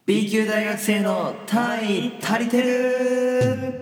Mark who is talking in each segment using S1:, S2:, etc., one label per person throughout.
S1: B 級大学生の単位足りてる。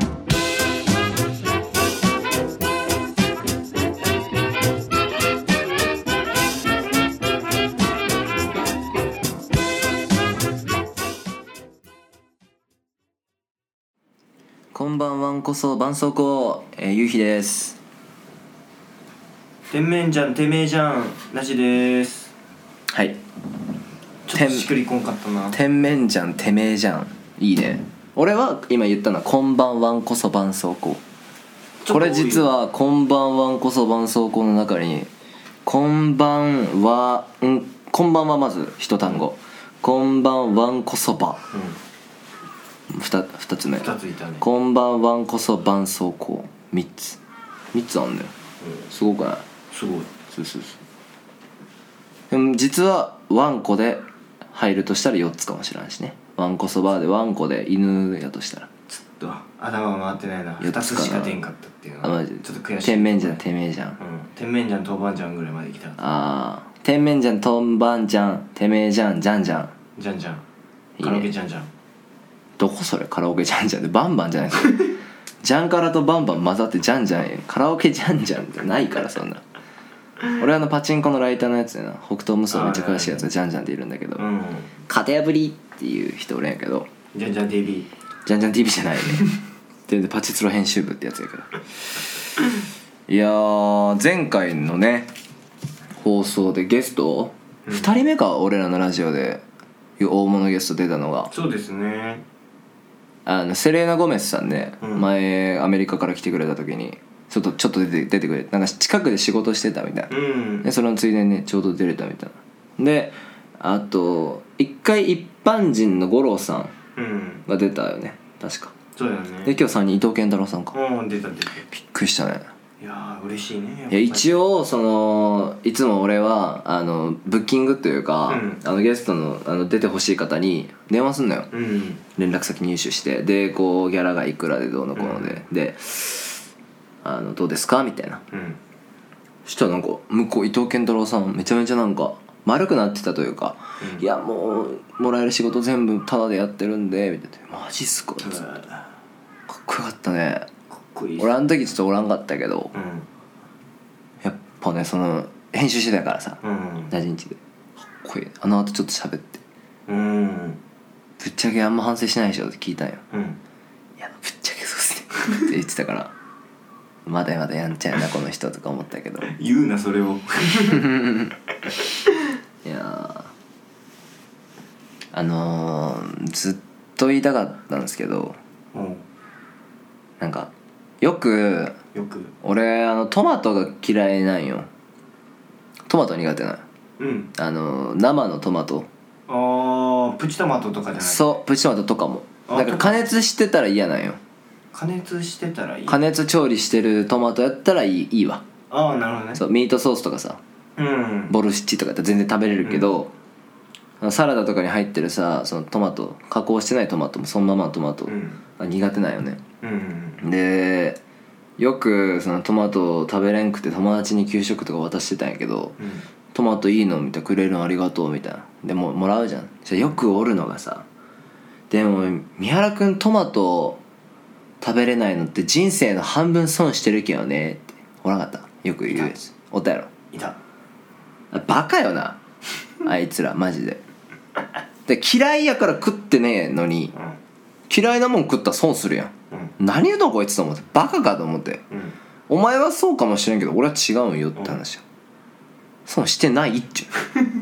S1: こんばんはんこそ絆創膏、ゆうひです。
S2: てんめんじゃんてめえじゃんなしです。
S1: はい、
S2: ちょっとしっくりこんかったな。
S1: てんめんじゃんてめえじゃん、いいね。俺は今言ったのはこんばんわんこそ絆創膏。これ実はこんばんわんこそ絆創膏の中にこんばんはこんばんはまず一単語、こんばんわんこそば、2つ目、
S2: 2ついたね。
S1: こんばんわんこそ絆創膏、3つあんだよ、すごくない？
S2: すごい。
S1: そうでも実はワンコで入るとしたら4つかもしれないしね。ワンコそばでワンコで犬やとしたら
S2: ちょっと頭回ってないな。2つしか出んかったっていうのは
S1: マジ
S2: ちょっと悔しい。
S1: てんめんじゃんてめえじゃん、
S2: てんめんじゃん豆板醤ぐらいまで来た。
S1: てんめんじゃんとんばんじゃんてめえじゃんじゃんじゃん
S2: じゃんじゃん、
S1: いいね。
S2: カラオケじゃんじゃん。
S1: どこそれカラオケじゃんじゃんでバンバンじゃないですかジャンカラとバンバン混ざってじゃんじゃんカラオケじゃんじゃんってないからそんな俺パチンコのライターのやつでな、北東無双めっちゃ詳しいやつがじゃんじゃんっているんだけど、型破りっていう人おるんやけど、
S2: じゃんじゃん TV
S1: じゃんじゃん TV じゃないね全然パチツロ編集部ってやつやからいやー、前回のね放送でゲスト、2人目か俺らのラジオで大物ゲスト出たのが、
S2: そうですね、
S1: セレーナ・ゴメスさんね、前アメリカから来てくれた時にちょっと出てくれて、なんか近くで仕事してたみたいな、でそのついでにねちょうど出れたみたいなで、あと一回一般人の五郎さんが出たよね、確か。
S2: そうだよね。
S1: で今日3人伊藤健太郎さんか。
S2: 出た。
S1: びっくりしたね。
S2: いやー嬉しいね。
S1: いや一応いつも俺はブッキングというか、ゲストの出てほしい方に電話すんのよ、連絡先入手して、でこうギャラがいくらでどうのこうので、でどうですかみたいな、そしたらなんか向こう伊藤健太郎さんめちゃめちゃなんか丸くなってたというか、いやもうもらえる仕事全部タダでやってるんでみたいな、マジっすか、かっこよかったね。俺あの時ちょっとおらんかったけど、やっぱねその編集してたからさ、大臣地でかっこいい。あの後ちょっと喋って、ぶっちゃけあんま反省しないでしょって聞いたんよ、いやぶっちゃけそうっすねって言ってたからまだやんちゃやなこの人とか思ったけど
S2: 言うなそれを
S1: いやずっと言いたかったんですけど、なんかよく俺トマトが嫌いなんよ。トマト苦手なの、生のトマト、
S2: プチトマトとかじゃない。
S1: そうプチトマトとかもだから加熱してたら嫌なんよ。
S2: 加熱してたらいい。
S1: 加熱調理してるトマトやったらいいわ。
S2: なるほどね。
S1: そうミートソースとかさ、ボルシチとかやったら全然食べれるけど、サラダとかに入ってるさ、そのトマト加工してないトマトもそのままのトマトが苦手なんよね、でよくそのトマト食べれんくて友達に給食とか渡してたんやけど、トマトいいのみたいな、くれるのありがとうみたいな、でももらうじゃん。じゃよくおるのがさ、でも三原くんトマト食べれないのって人生の半分損してるけどねっておらなかった？よく言うやつおったやろ。
S2: いた。
S1: バカよなあいつらマジで。で嫌いやから食ってねえのに、嫌いなもん食ったら損するやん、何言うとこいつと思って、バカかと思って、お前はそうかもしれんけど俺は違うんよって話よ、損してないっちゅう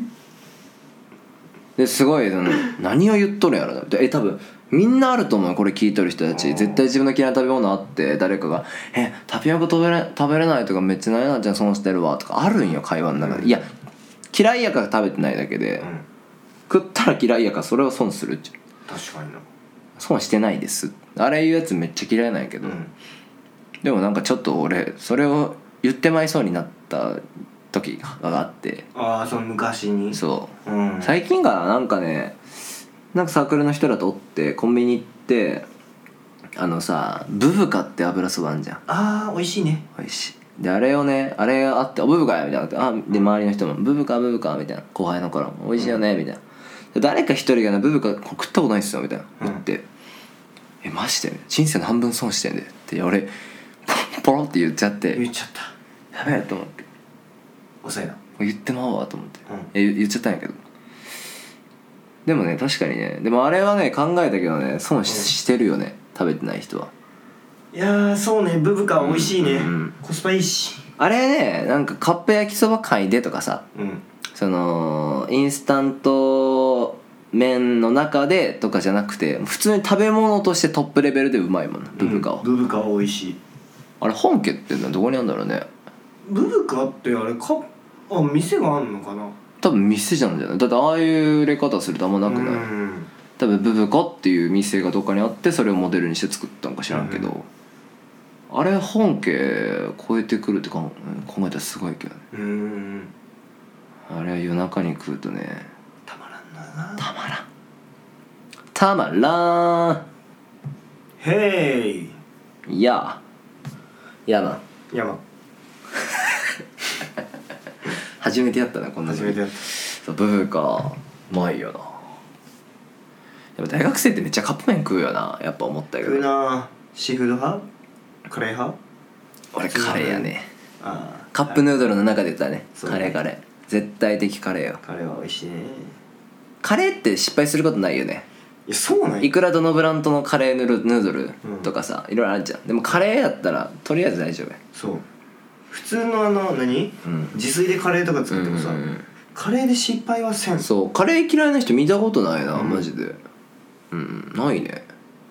S1: ですごい何を言っとるんやろな。多分みんなあると思うよこれ聞いとる人たち。絶対自分の嫌いな食べ物あって誰かがタピオカ食べれないとかめっちゃ何やじゃん損してるわとかあるんよ会話の中で、いや嫌いやから食べてないだけで、食ったら嫌いやからそれを損するっちゅう。
S2: 確かにな。
S1: 損してないですあれ言うやつめっちゃ嫌いなんやけど、でもなんかちょっと俺それを言ってまいそうになった時があって、
S2: その昔に
S1: そう、最近がなんかね、なんかサークルの人らとおってコンビニ行って、さブブカって油そばあんじゃん。
S2: 美味しいね。
S1: 美味しい。であれをね、あれがあってブブカやみたいな、で周りの人もブブカみたいな、後輩の頃も美味しいよねみたいな、 誰か一人がなブブカ食ったことないっすよみたいな言って、マジで人生の半分損してんでって俺ポロって言っちゃって
S2: 言っちゃった。
S1: やべえと思って、
S2: 遅いな。
S1: 言ってまうわと思って、言っちゃったんやけど、でもね確かにね、でもあれはね考えたけどね損してるよね、食べてない人は。
S2: いやーそうね、ブブカ美味しいね、コスパいいし。
S1: あれねなんかカップ焼きそば界でとかさ、そのインスタント麺の中でとかじゃなくて普通に食べ物としてトップレベルでうまいもんな、ブブカは。
S2: ブブカは美味しい。
S1: あれ本家ってどこにあるんだろうね。
S2: ブブカってあれ店があんのかな。
S1: 多分店じゃんじゃない。だってああいう売れ方するとあんまなくない。多分ブブカっていう店がどっかにあってそれをモデルにして作ったんか知らんけど、あれ本家超えてくるって考えたらすごいけどね。あれは夜中に食うとね
S2: たまらんな。
S1: たまらん。
S2: へい
S1: やな初めてやったなこんなの。
S2: 初めてやった。
S1: そうブブカうまいよな。でも大学生ってめっちゃカップ麺食うよな、やっぱ思ったけど。
S2: 食うな。シーフード派？カレー派？
S1: 俺カレーやね。
S2: あ
S1: カップヌードルの中で言ったらね、
S2: そう
S1: カレー絶対的カレーよ。
S2: カレーは美味しいね。
S1: カレーって失敗することないよね。
S2: いやそうなんや。
S1: いくらどのブランドのカレーヌードルとかさ、いろいろあるじゃん。でもカレーやったらとりあえず大丈夫。
S2: そう普通の自炊でカレーとか作ってもさ、カレーで失敗はせん。
S1: そうカレー嫌いな人見たことないな、マジで。ないね。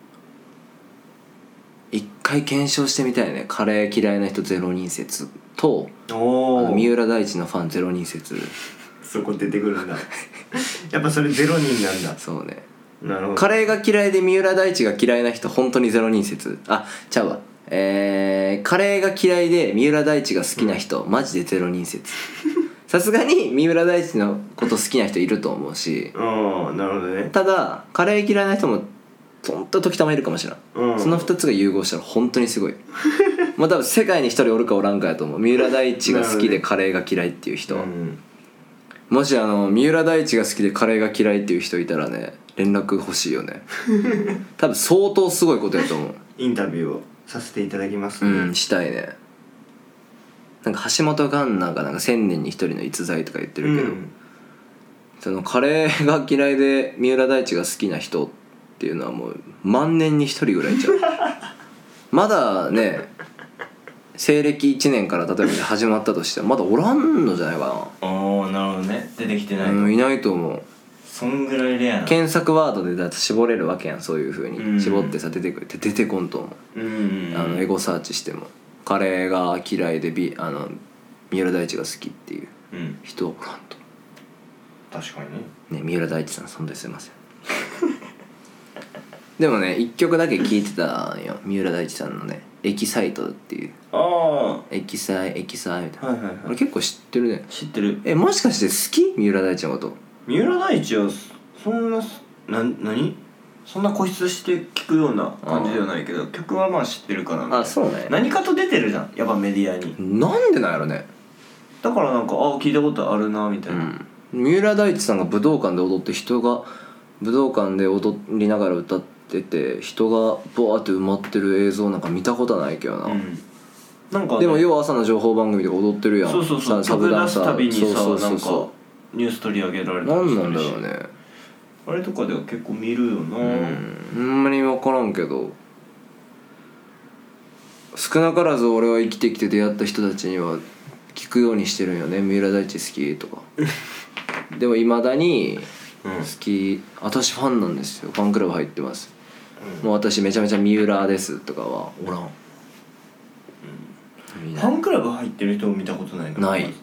S1: 一回検証してみたいね、カレー嫌いな人0人説と三浦大知のファン0人説。
S2: そこ出てくるんだやっぱそれ0人なんだ。
S1: そうね。
S2: なるほど。
S1: カレーが嫌いで三浦大知が嫌いな人本当に0人説。ちゃうわ。カレーが嫌いで三浦大知が好きな人、マジで0人説。さすがに三浦大知のこと好きな人いると思うし、
S2: なるほどね。
S1: ただカレー嫌いな人もほんと時たまいるかもしれん、その2つが融合したら本当にすごいまあ多分世界に1人おるかおらんかやと思う。三浦大知が好きでカレーが嫌いっていう人、もし三浦大知が好きでカレーが嫌いっていう人いたらね連絡欲しいよね多分相当すごいことやと思う。
S2: インタビューをさせていただきます、
S1: したいね。なんか橋本環奈がなんか1000年に1人の逸材とか言ってるけど、そのカレーが嫌いで三浦大知が好きな人っていうのはもう万年に1人ぐらいちゃうまだね西暦1年から例えば始まったとしてもまだおらんのじゃないか
S2: な。なるほどね。出てきてない
S1: な。いないと思う。
S2: そんぐらいレアな。
S1: 検索ワードでだって絞れるわけやん、そういう風に絞ってさ出てくるって出てこんと思う。エゴサーチしてもカレーが嫌いで三浦大知が好きっていう人はおらんと。
S2: 確かに
S1: ね。三浦大知さんそんですいませんでもね1曲だけ聴いてたんよ、三浦大知さんのねエキサイトっていう。エキサイみたいな。俺結構知ってるね。
S2: 知ってる。
S1: もしかして好き？三浦大知のこと。
S2: 三浦大知はそんなそんな固執して聴くような感じではないけど、曲はまあ知ってるからね。
S1: そうね。
S2: 何かと出てるじゃんやっぱメディアに。
S1: なんでなんやろね。
S2: だからなんか聞いたことあるなみたいな、
S1: 三浦大知さんが武道館で踊って人が武道館で踊りながら歌ってて人がボワーって埋まってる映像なんか見たことないけどな、なんかね、でも要は朝の情報番組で踊ってるやん。
S2: そう
S1: サブダンサー
S2: 曲出すたびにさ
S1: そう
S2: なんかニュース取り上げられた
S1: りするし。なんなんだろうね。
S2: あれとかでは結構見るよな。
S1: あんまり分からんけど少なからず俺は生きてきて出会った人たちには聞くようにしてるんよね。三浦大知好きとかでもいまだに好き、私ファンなんですよ、ファンクラブ入ってます、もう私めちゃめちゃ三浦ですとかはおらん、
S2: ファンクラブ入ってる人を見たことないの？
S1: ないよ。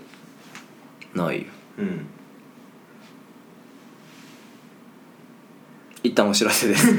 S1: 一旦お知らせです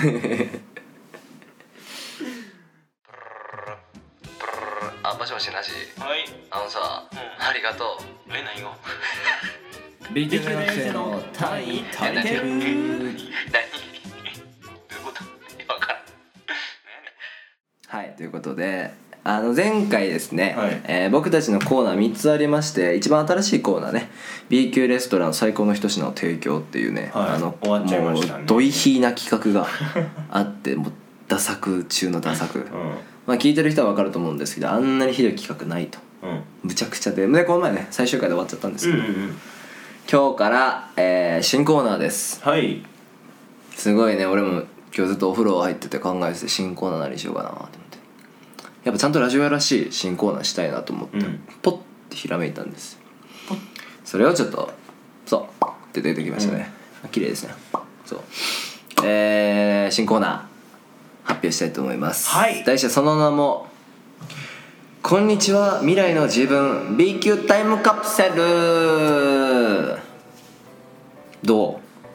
S1: もしもしなし。
S2: はい。
S1: さ、ありがとう。
S2: 何よ。
S1: B級大学生の単位足りてる。何？どういうこと？分からん。はい、ということで前回ですね、
S2: はい
S1: 僕たちのコーナー3つありまして、一番新しいコーナーね B 級レストラン最高の一品を提供っていうね、
S2: 終わっちゃいましたね。
S1: もうドイヒーな企画があってもうダ作中のダ作、聞いてる人は分かると思うんですけど、あんなにひどい企画ないと、むちゃくちゃでこの前ね最終回で終わっちゃったんですけど、今日から、新コーナーです。
S2: はい。
S1: すごいね、俺も今日ずっとお風呂入ってて考えてて新コーナー何しようかなと思って、やっぱちゃんとラジオらしい新コーナーしたいなと思って、ポッてひらめいたんです。それをちょっとそうって出てきましたね、綺麗ですね。そう、新コーナー発表したいと思います。
S2: はい。
S1: 題してその名もこんにちは未来の自分 B 級タイムカプセル。ど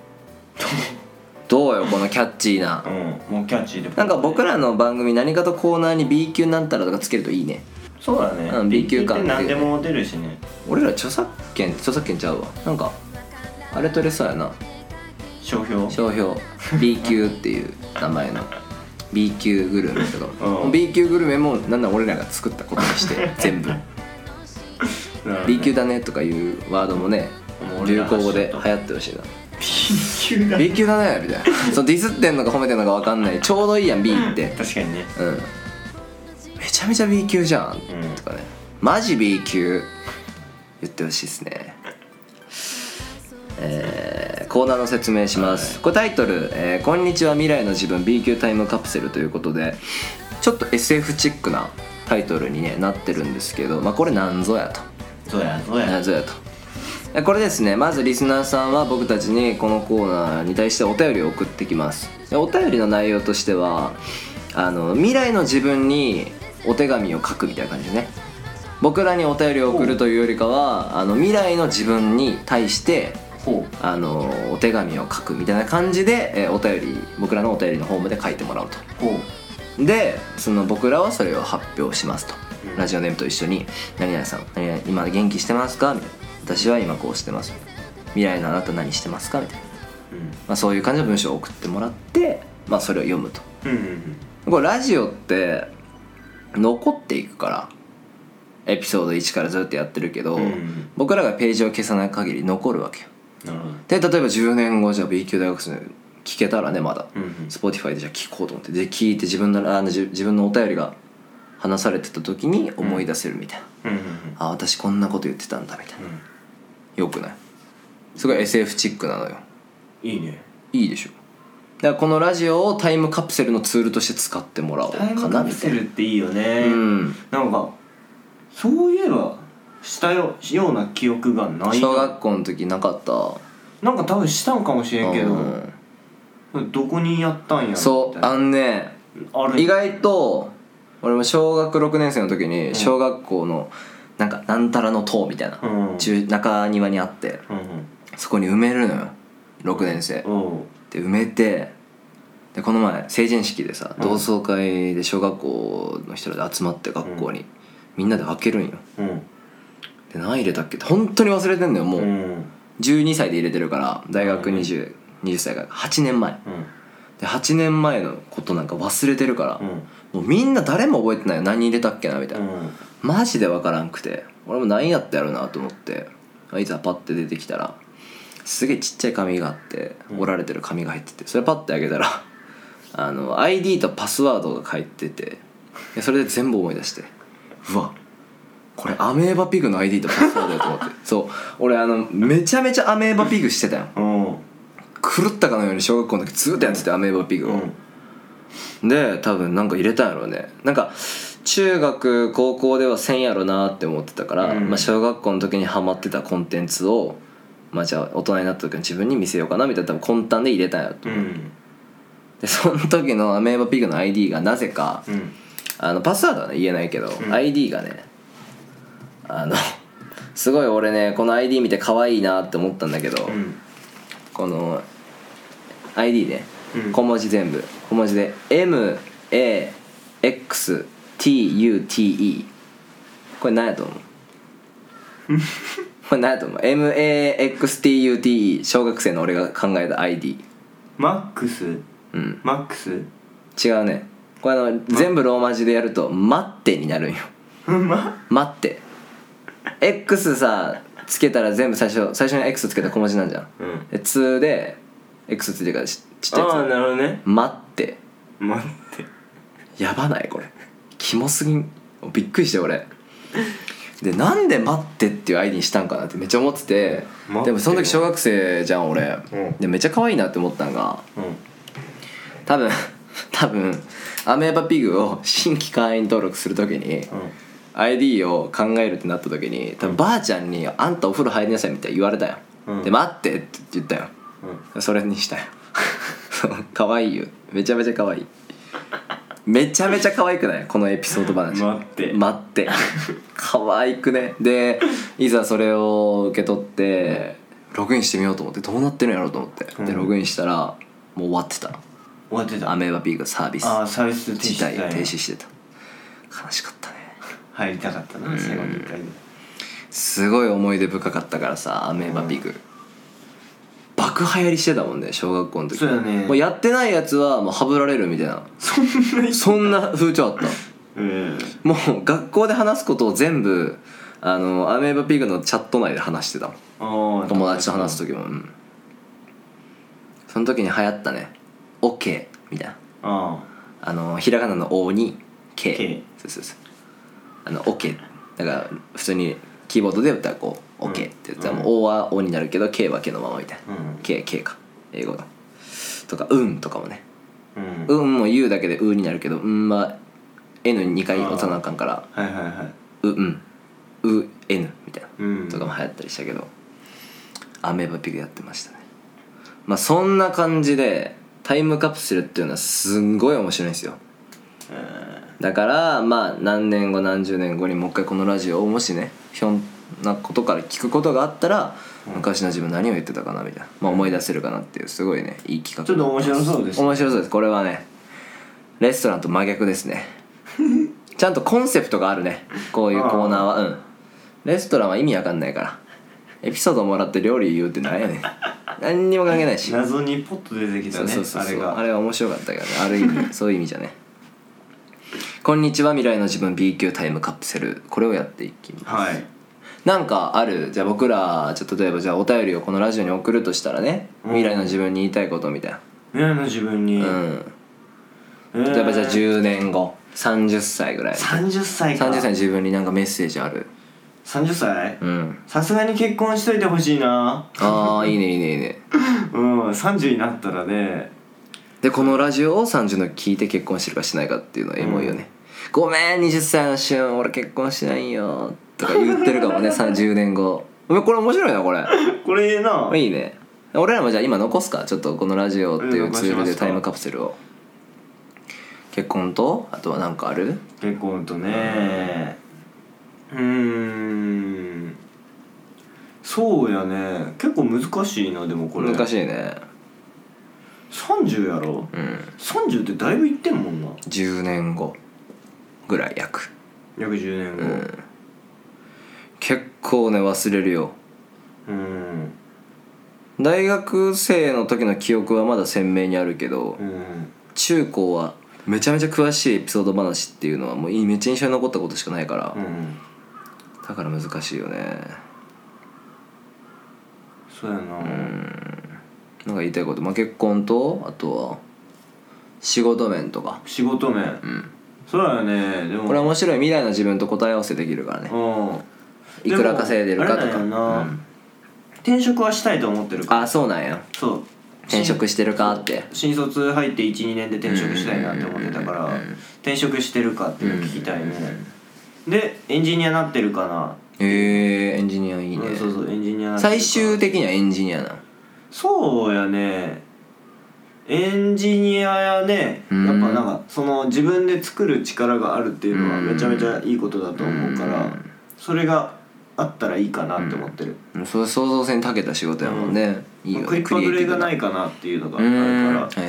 S1: うよこのキャッチーな、
S2: もうキャッチーで
S1: なんか僕らの番組何かとコーナーに B 級なんたらとかつけるといいね。
S2: そうだね、
S1: B 級感
S2: って何でも出るしね。
S1: 俺ら著作権ちゃうわ、なんかあれ取れそうやな、
S2: 商標
S1: B 級っていう名前のB 級グルメとか、B 級グルメもなんだ俺らが作ったことにして全部B 級だねとかいうワードもね流行語で流行ってほしいな。B 級だねみたいなそうディスってんのか褒めてんのか分かんない、ちょうどいいやん B って
S2: 確かにね、
S1: めちゃめちゃ B 級じゃん、とかね、マジ B 級言ってほしいですね。コーナーの説明します、これタイトル、こんにちは未来の自分 B 級タイムカプセルということで、ちょっと SF チックなタイトルに、ね、なってるんですけど、これなんぞやと、なんぞやと。これですね、まずリスナーさんは僕たちにこのコーナーに対してお便りを送ってきます。お便りの内容としては未来の自分にお手紙を書くみたいな感じでね、僕らにお便りを送るというよりかは未来の自分に対してお手紙を書くみたいな感じで、僕らのお便りのホームで書いてもらうと。でその僕らはそれを発表しますと、ラジオネームと一緒に何々さん何々今元気してますかみたいな、私は今こうしてます、未来のあなた何してますかみたいな、そういう感じの文章を送ってもらって、それを読むと、これラジオって残っていくからエピソード1からずっとやってるけど、僕らがページを消さない限り残るわけよ。で例えば10年後じゃあ B 級大学生聞けたらね、まだ、Spotify でじゃあ聞こうと思って、で聞いて自分のお便りが話されてた時に思い出せるみたいな、私こんなこと言ってたんだみたいな、よくない？すごい SF チックなのよ。
S2: いいね。
S1: いいでしょ。だからこのラジオをタイムカプセルのツールとして使ってもらおうかなみたいな。
S2: タイムカプセルっていいよね、なんかそういえばしたような記憶がない。
S1: 小学校の時なかった？
S2: なんか多分したんかもしれんけど、どこにやったんやろ。
S1: そうね、意外と俺も小学6年生の時に小学校のなんたらの塔みたいな、中庭にあって、そこに埋めるのよ6年生で、埋めて、でこの前成人式でさ、同窓会で小学校の人らで集まって学校に、みんなで開けるんよ、で何入れたっけって本当に忘れてんのよ。もう12歳で入れてるから、大学20歳から8年前、で8年前のことなんか忘れてるから、もうみんな誰も覚えてないよ、何入れたっけなみたいな、マジで分からんくて、俺も何やってやるなと思って、いざパッて出てきたらすげえちっちゃい紙があって、折られてる紙が入ってて、それパッて開けたらID とパスワードが書いてて、でそれで全部思い出して、うわこれアメーバピグの ID とパスワードだと思ってそう俺めちゃめちゃアメーバピグしてたよ、狂ったかのように小学校の時ずっとやってて、アメーバピグを、で多分なんか入れたんやろうね。なんか中学高校ではせんやろなって思ってたから、小学校の時にハマってたコンテンツをじゃあ大人になった時に自分に見せようかなみたいな多分魂胆で入れたんやと、でその時のアメーバピグの ID がなぜか、パスワードはね言えないけど、ID がねすごい俺ねこの ID 見て可愛いなって思ったんだけど、この ID ね、小文字全部小文字で MAXTUTE、 これ何やと思うこれ何やと思う？ MAXTUTE、 小学生の俺が考えた ID。
S2: マックス？マックス？
S1: 違うね。 これ全部ローマ字でやると待ってになるんよ。待って X さつけたら全部最初に X つけた小文字なんじゃん、で2で X ついてるからちっちゃいやつ。
S2: ああなるほどね。
S1: 待ってやばないこれキモすぎん。びっくりして俺でなんで待ってっていうアイディにしたんかなってめっちゃ思ってて、でもその時小学生じゃん俺、でめっちゃ可愛いなって思ったんが、多分アメーバピグを新規会員登録する時に、ID を考えるってなった時に多分ばあちゃんに「あんたお風呂入りなさい」みたいに言われたよ、で待ってって言ったよ、それにしたよ可愛いよ、めちゃめちゃ可愛いめちゃめちゃ可愛くないこのエピソード話。待って可愛くね。でいざそれを受け取ってログインしてみようと思って、どうなってるんやろうと思って、でログインしたらもう終わってた。アメーバピグサービス自体停止してた。悲しかったね。
S2: 入りたかったな、最後の1回で。
S1: すごい思い出深かったからさ、アメーバピグ、爆流行りしてたもんね小学校の時。
S2: そうだね。
S1: もうやってないやつはもうハブられるみたいなそんな風潮あったもう学校で話すことを全部アメーバピグのチャット内で話してたもん。友達と話す時も、その時に流行ったね OK みたいな、ひらがなの O に K、 そうOK だから普通にキーボードで打ったらこう OK って言ったら、もう O は O になるけど K は K のままみたいな、K か英語のとかとかもね、も U だけでになるけどは N2 回押さなあかんからN みたいな、とかも流行ったりしたけど、アメーバピグやってましたね。まあそんな感じでタイムカプセルっていうのはすんごい面白いんですよ。だからまあ何年後何十年後にもう一回このラジオをもしねひょんなことから聞くことがあったら、昔の自分何を言ってたかなみたいな、まあ、思い出せるかなっていうすごいねいい企画。
S2: ちょっと面白そうです。
S1: 面白そうです。これはねレストランと真逆ですねちゃんとコンセプトがあるねこういうコーナーは。レストランは意味わかんないから、エピソードもらって料理言うってなんやねん何にも関係ないし、
S2: 謎にポッと出てきたね。
S1: あれは面白かったけどね、ある意味そういう意味じゃねこんにちは未来の自分 B 級タイムカプセル、これをやっていきます。なんかある？じゃあ僕ら例えばじゃあお便りをこのラジオに送るとしたらね、未来の自分に言いたいことみたいな。
S2: 未来の自分に、
S1: 例えばじゃあ10年後30歳ぐらい、
S2: 30歳か。
S1: 30歳の自分になんかメッセージある
S2: ？30歳？さすがに結婚しといてほしいな。
S1: いいね
S2: 30になったらね。
S1: でこのラジオを30の聞いて結婚してるかしないかっていうのはエモいよね、ごめん20歳の旬俺結婚しないよとか言ってるかもね30年後。これ面白いなこれ
S2: これない
S1: いね。俺らもじゃあ今残すか、ちょっとこのラジオっていうツールでタイムカプセルを。結婚とあとは何かある？
S2: 結婚とね、そうやね、結構難しいな。でもこれ
S1: 難しいね。
S2: 30やろ、30ってだいぶいってんもんな。
S1: 10年後ぐらい約
S2: 10年後、
S1: 結構ね忘れるよ。大学生の時の記憶はまだ鮮明にあるけど、中高はめちゃめちゃ詳しいエピソード話っていうのはもうめっちゃ印象に残ったことしかないから、だから難しいよね。
S2: そうやな。
S1: なんか言いたいこと、結婚とあとは仕事面とか。
S2: 仕事面、そうやね。でも
S1: これ面白い、未来の自分と答え合わせできるからね。いくら稼いでるかとか。
S2: 転職はしたいと思ってるから。
S1: あ、そうなんや。
S2: そう
S1: 転職してるかって。
S2: 新卒入って 1,2 年で転職したいなって思ってたから、転職してるかっていうの聞きたいね。でエンジニアなってるかな。
S1: エンジニアいいね。
S2: そうエンジニアなってるか。
S1: 最終的にはエンジニアな。
S2: そうやね、エンジニアやね。やっぱなんかその自分で作る力があるっていうのはめちゃめちゃいいことだと思うから、それがあったらいいかなって思ってる。
S1: それ創造性に長けた仕事やもんね。いいよ。
S2: クリッパグレがないかなっていうのがあるから、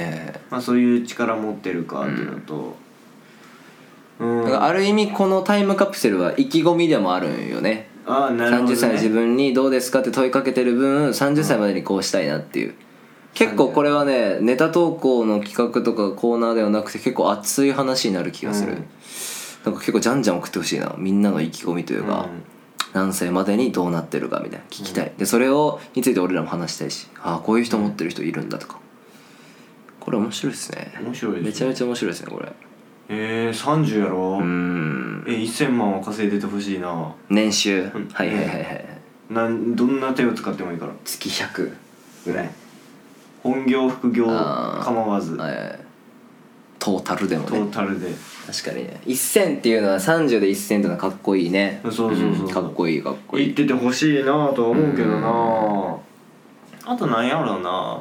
S2: そういう力持ってるかっていうのと、
S1: だからある意味このタイムカプセルは意気込みでもあるんよね。
S2: なるほどね。
S1: 30歳の自分にどうですかって問いかけてる分、30歳までにこうしたいなっていう結構これはねネタ投稿の企画とかコーナーではなくて結構熱い話になる気がする、なんか結構じゃんじゃん送ってほしいな、みんなの意気込みというか、何歳までにどうなってるかみたいな聞きたい、でそれについて俺らも話したいし、ああこういう人持ってる人いるんだとか、これ面白いですね。
S2: 面白いですね。
S1: めちゃめちゃ面白いですねこれ。
S2: 30やろ。1000万は稼いでてほしいな。
S1: 年収、はいはいはいはい。
S2: どんな手を使ってもいいから。
S1: 月100ぐらい。
S2: 本業副業構わず。
S1: トータルでもね。
S2: トータルで。
S1: 確かにね。1000っていうのは30で1000っていうのはかっこいいね。
S2: そう、
S1: かっこいいかっこいい。
S2: 言っててほしいなとは思うけどな。あとなんやろうな。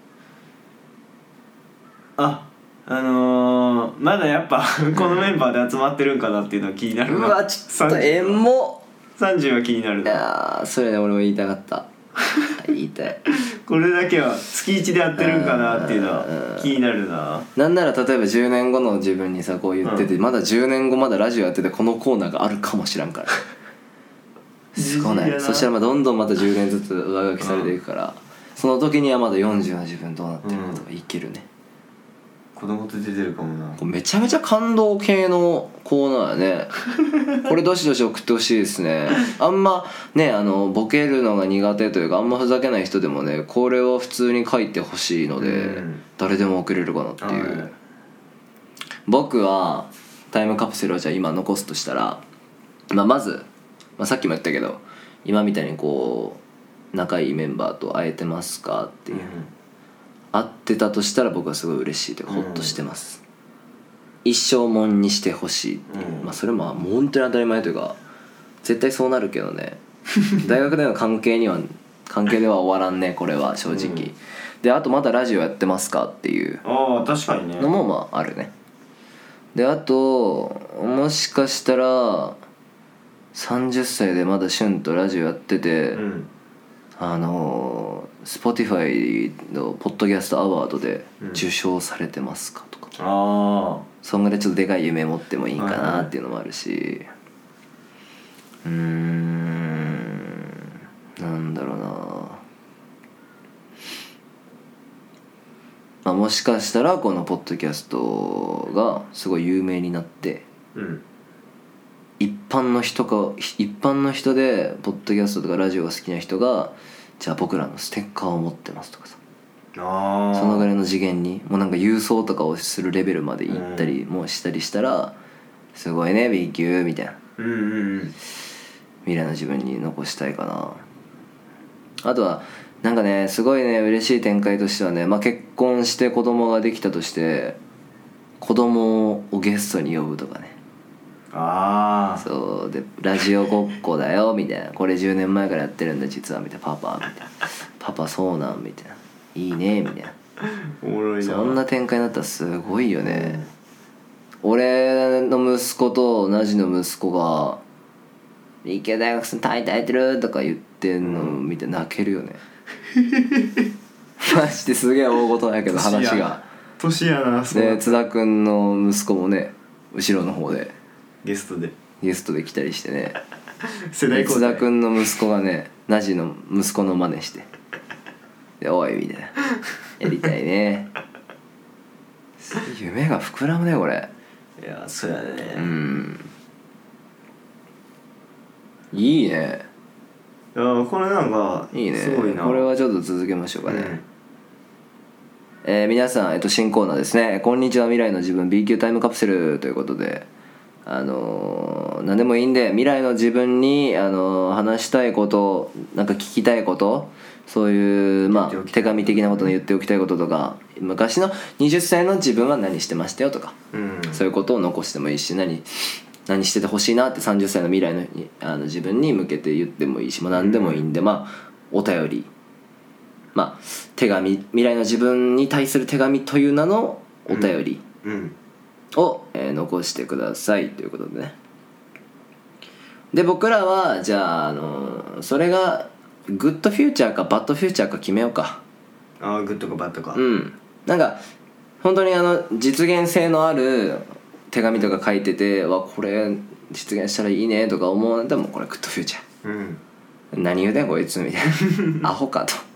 S2: まだやっぱこのメンバーで集まってるんかなっていうのは気になるな。
S1: うわちょっとエモ
S2: 30は気になるな。
S1: いやそれね俺も言いたかった言いたい
S2: これだけは月1でやってるんかなっていうのは気になるな。
S1: なんなら例えば10年後の自分にさこう言ってて、まだ10年後まだラジオやっててこのコーナーがあるかもしらんからすごない。そしたらどんどんまた10年ずつ上書きされていくから、その時にはまだ40の自分どうなってるのとかいけるね。
S2: 子供と出てるかもな。
S1: めちゃめちゃ感動系のコーナーやねこれどしどし送ってほしいですね。あんまねボケるのが苦手というかあんまふざけない人でもねこれを普通に書いてほしいので、誰でも送れるかなっていう、僕はタイムカプセルをじゃあ今残すとしたら、まず、さっきも言ったけど今みたいにこう仲いいメンバーと会えてますかっていう、会ってたとしたら僕はすごい嬉しいというかホッとしてます、一生もんにしてほしいっていう、それももう本当に当たり前というか絶対そうなるけどね大学での関係では終わらんねこれは正直、であとまだラジオやってますかっていう
S2: 確かにね
S1: のもあるね。であともしかしたら30歳でまだシュンとラジオやってて、Spotify のポッドキャストアワードで受賞されてますかとか、そんぐらいちょっとでかい夢持ってもいいかなっていうのもあるし、なんだろうな、もしかしたらこのポッドキャストがすごい有名になって、一般の人でポッドキャストとかラジオが好きな人がじゃあ僕らのステッカーを持ってますとかさ、そのぐらいの次元にもうなんか郵送とかをするレベルまで行ったりもしたりしたら、すごいね B 級みたいな、未来の自分に残したいかな。あとはなんかねすごいね嬉しい展開としてはね、結婚して子供ができたとして子供をゲストに呼ぶとかね。そうでラジオごっこだよみたいな、これ10年前からやってるんだ実はみたいな、パパみたいな、パパそうなんみたいな、いいねみたいな、
S2: おもろいな。
S1: そんな展開になったらすごいよね、俺の息子と同じの息子が「理系大学生耐えてる」とか言ってんの見て泣けるよねマジですげえ大事なんやけど話が
S2: 年やな。
S1: で津田くんの息子もね後ろの方で
S2: ゲストで
S1: 来たりしてね
S2: 世代交代。
S1: 津田くんの息子がねナジの息子の真似してでおいみたいなやりたいね夢が膨らむねこれ。
S2: いやそうやね。
S1: いいね。
S2: いやこれなんか
S1: いいね。
S2: すごいな。
S1: これはちょっと続けましょうかね、皆さん、新コーナーですね。こんにちは未来の自分 B 級タイムカプセルということで何でもいいんで未来の自分に話したいことなんか聞きたいことそういう手紙的なことに言っておきたいこととか昔の20歳の自分は何してましたよとか、そういうことを残してもいいし何しててほしいなって30歳の未来の自分に向けて言ってもいいし何でもいいんでお便り手紙未来の自分に対する手紙という名のお便りを残してくださいということでね。で僕らはじゃあそれがグッドフューチャーかバッドフューチャーか決めようか。
S2: グッドかバッドか。
S1: なんか本当に実現性のある手紙とか書いててこれ実現したらいいねとか思うのでもこれグッドフューチャー、何言うてんこいつみたいなアホかと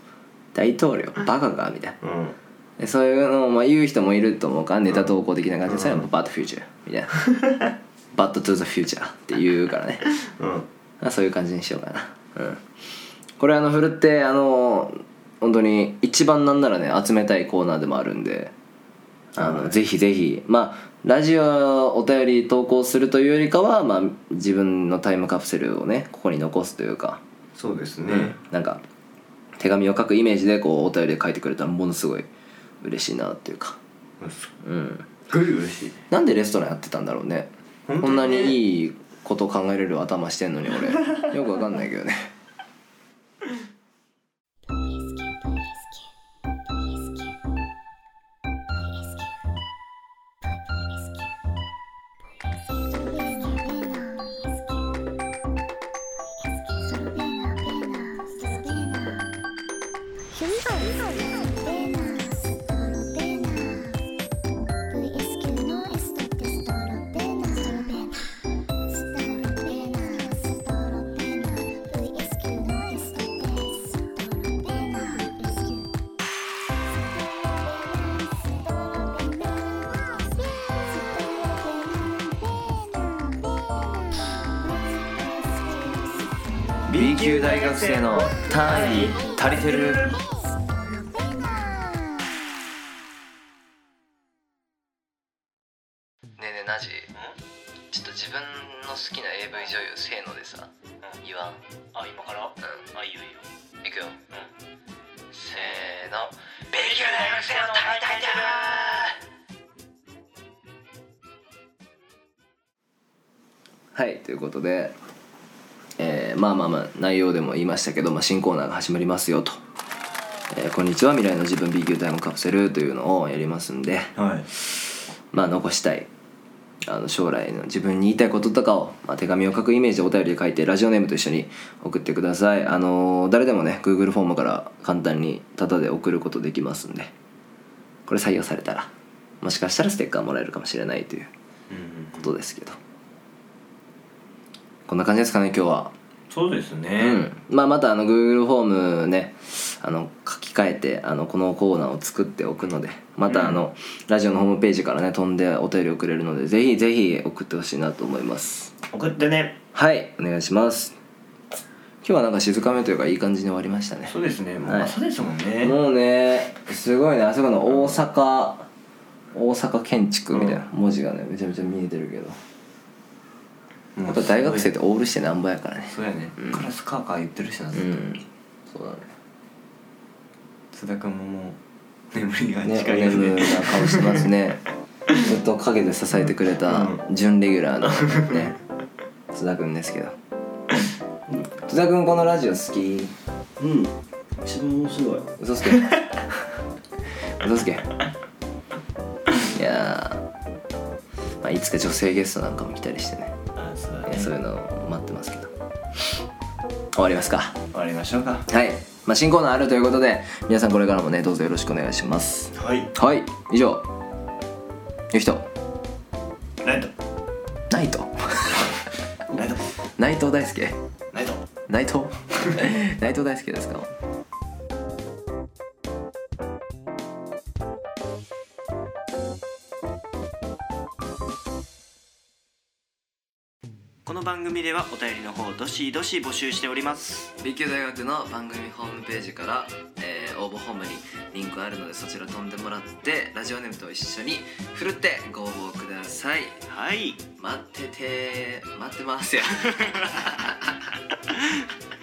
S1: 大統領バカかみたいな、
S2: うん
S1: でそういうのをまあ言う人もいると思うからネタ投稿的な感じで、それはもうバッドフューチャーみたいなバッドトゥザフューチャーって言うからね、そういう感じにしようかな。これふるって本当に一番なんならね集めたいコーナーでもあるんで、ぜひぜひまあラジオお便り投稿するというよりかは、まあ、自分のタイムカプセルをねここに残すというか、
S2: そうですね、
S1: なんか手紙を書くイメージでこうお便りで書いてくれたらものすごい嬉しいなっていうか、
S2: すごい嬉しい。
S1: なんでレストランやってたんだろうね。こんなにいいこと考えれる頭してんのに俺よくわかんないけどね。B 級大学生の単位足りてる。ねえねえナジ、ちょっと自分の好きな AV 女優せーのでさ、言わん？
S2: 今から？いいよ
S1: いくよ。せーの、 B 級大学生の単位足りてる。はい、ということでまあ内容でも言いましたけど、新コーナーが始まりますよと、こんにちは未来の自分 B 級タイムカプセルというのをやりますんで、残したい将来の自分に言いたいこととかを、手紙を書くイメージでお便りで書いてラジオネームと一緒に送ってください。誰でもね Google フォームから簡単にタダで送ることできますんで、これ採用されたらもしかしたらステッカーもらえるかもしれないということですけど、こんな感じですかね今日は。
S2: そうですね、
S1: またGoogle フォームね書き換えてこのコーナーを作っておくので、またラジオのホームページからね飛んでお便り送れるので、ぜひぜひ送ってほしいなと思います。
S2: 送ってね。
S1: はい、お願いします。今日はなんか静かめというかいい感じに終わりましたね。
S2: そうですね、もう朝ですもんね。
S1: もうねすごいね、あそこの大阪建築みたいな文字がねめちゃめちゃ見えてるけど、やっぱ大学生ってオールしてなんぼやからね。
S2: そうやね、カラスカーカー言ってるしなずっと、
S1: そうだね。
S2: 津田君ももう眠りが近い
S1: ね、お眠な顔してますね。ずっと陰で支えてくれた準レギュラーのね津田君ですけど、津田君このラジオ好き？
S2: 一番面白い。
S1: 嘘つけ嘘つけ。いやいつか女性ゲストなんかも来たりしてね、そういうのを待ってますけど。終わりますか。
S2: 終わりましょうか。
S1: はい、新コーナーあるということで皆さんこれからもねどうぞよろしくお願いします。はい、以上ゆきと
S2: ナイト
S1: 内藤大輔内藤大輔ですか。
S2: この番組ではお便りの方どしどし募集しております。
S1: B 級大学の番組ホームページから、応募フォームにリンクあるのでそちら飛んでもらってラジオネームと一緒にふるってご応募ください。
S2: はい、
S1: 待ってますよ